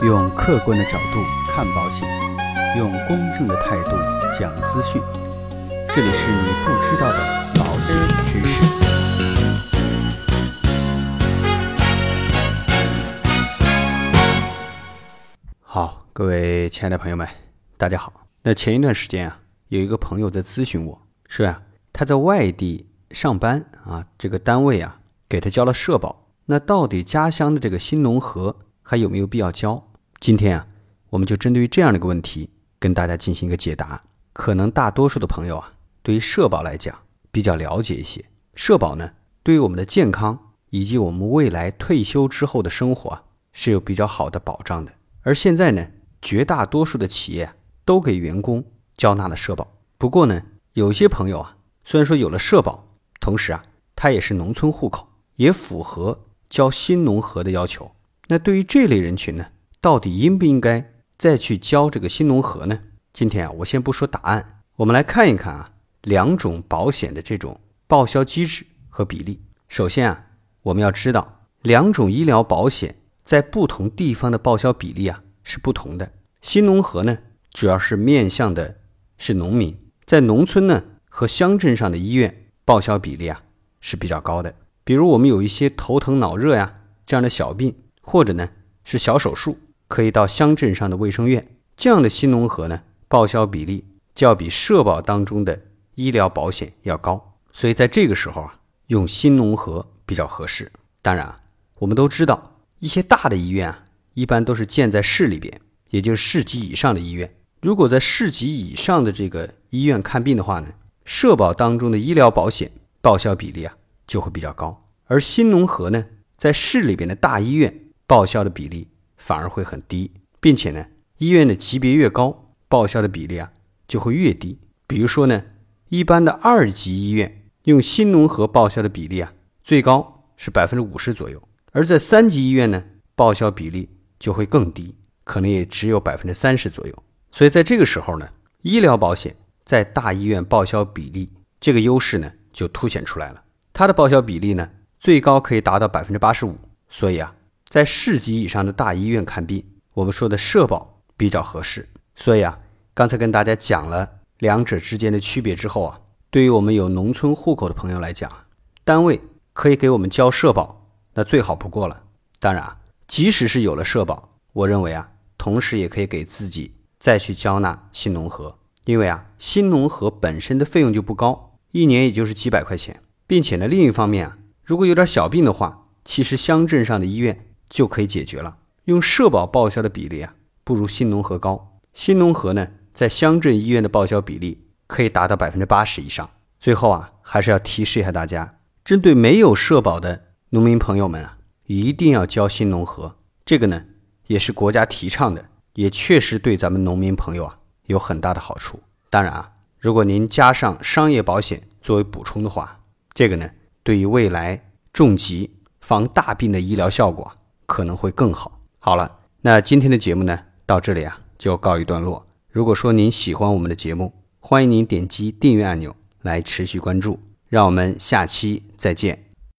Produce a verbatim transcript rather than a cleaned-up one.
用客观的角度看保险，用公正的态度讲资讯。这里是你不知道的保险知识。好，各位亲爱的朋友们，大家好。那前一段时间啊，有一个朋友在咨询我，是啊，他在外地上班啊，这个单位啊给他交了社保，那到底家乡的这个新农合还有没有必要交？今天啊，我们就针对于这样的一个问题跟大家进行一个解答。可能大多数的朋友啊，对于社保来讲比较了解一些。社保呢，对于我们的健康以及我们未来退休之后的生活啊，是有比较好的保障的。而现在呢，绝大多数的企业啊，都给员工交纳了社保。不过呢，有些朋友啊，虽然说有了社保，同时啊，他也是农村户口，也符合交新农合的要求。那对于这类人群呢，到底应不应该再去交这个新农合呢？今天啊，我先不说答案，我们来看一看啊，两种保险的这种报销机制和比例。首先啊，我们要知道两种医疗保险在不同地方的报销比例啊是不同的。新农合呢，主要是面向的是农民，在农村呢和乡镇上的医院报销比例啊是比较高的。比如我们有一些头疼脑热呀这样的小病，或者呢是小手术，可以到乡镇上的卫生院，这样的新农合呢报销比例就要比社保当中的医疗保险要高，所以在这个时候啊，用新农合比较合适。当然啊，我们都知道一些大的医院啊，一般都是建在市里边，也就是市级以上的医院。如果在市级以上的这个医院看病的话呢，社保当中的医疗保险报销比例啊就会比较高，而新农合呢，在市里边的大医院报销的比例反而会很低，并且呢，医院的级别越高，报销的比例啊就会越低。比如说呢，一般的二级医院用新农合报销的比例啊，最高是 百分之五十 左右，而在三级医院呢，报销比例就会更低，可能也只有 百分之三十 左右。所以在这个时候呢，医疗保险在大医院报销比例这个优势呢就凸显出来了。它的报销比例呢最高可以达到 百分之八十五。 所以啊，在市级以上的大医院看病，我们说的社保比较合适。所以啊，刚才跟大家讲了两者之间的区别之后啊，对于我们有农村户口的朋友来讲，单位可以给我们交社保，那最好不过了。当然啊，即使是有了社保，我认为啊，同时也可以给自己再去交纳新农合。因为啊，新农合本身的费用就不高，一年也就是几百块钱，并且呢，另一方面啊，如果有点小病的话，其实乡镇上的医院就可以解决了。用社保报销的比例啊，不如新农合高。新农合呢，在乡镇医院的报销比例可以达到 百分之八十 以上。最后啊，还是要提示一下大家，针对没有社保的农民朋友们啊，一定要交新农合。这个呢，也是国家提倡的，也确实对咱们农民朋友啊有很大的好处。当然啊，如果您加上商业保险作为补充的话，这个呢，对于未来重疾防大病的医疗效果可能会更好。好了，那今天的节目呢，到这里啊就告一段落。如果说您喜欢我们的节目，欢迎您点击订阅按钮来持续关注。让我们下期再见。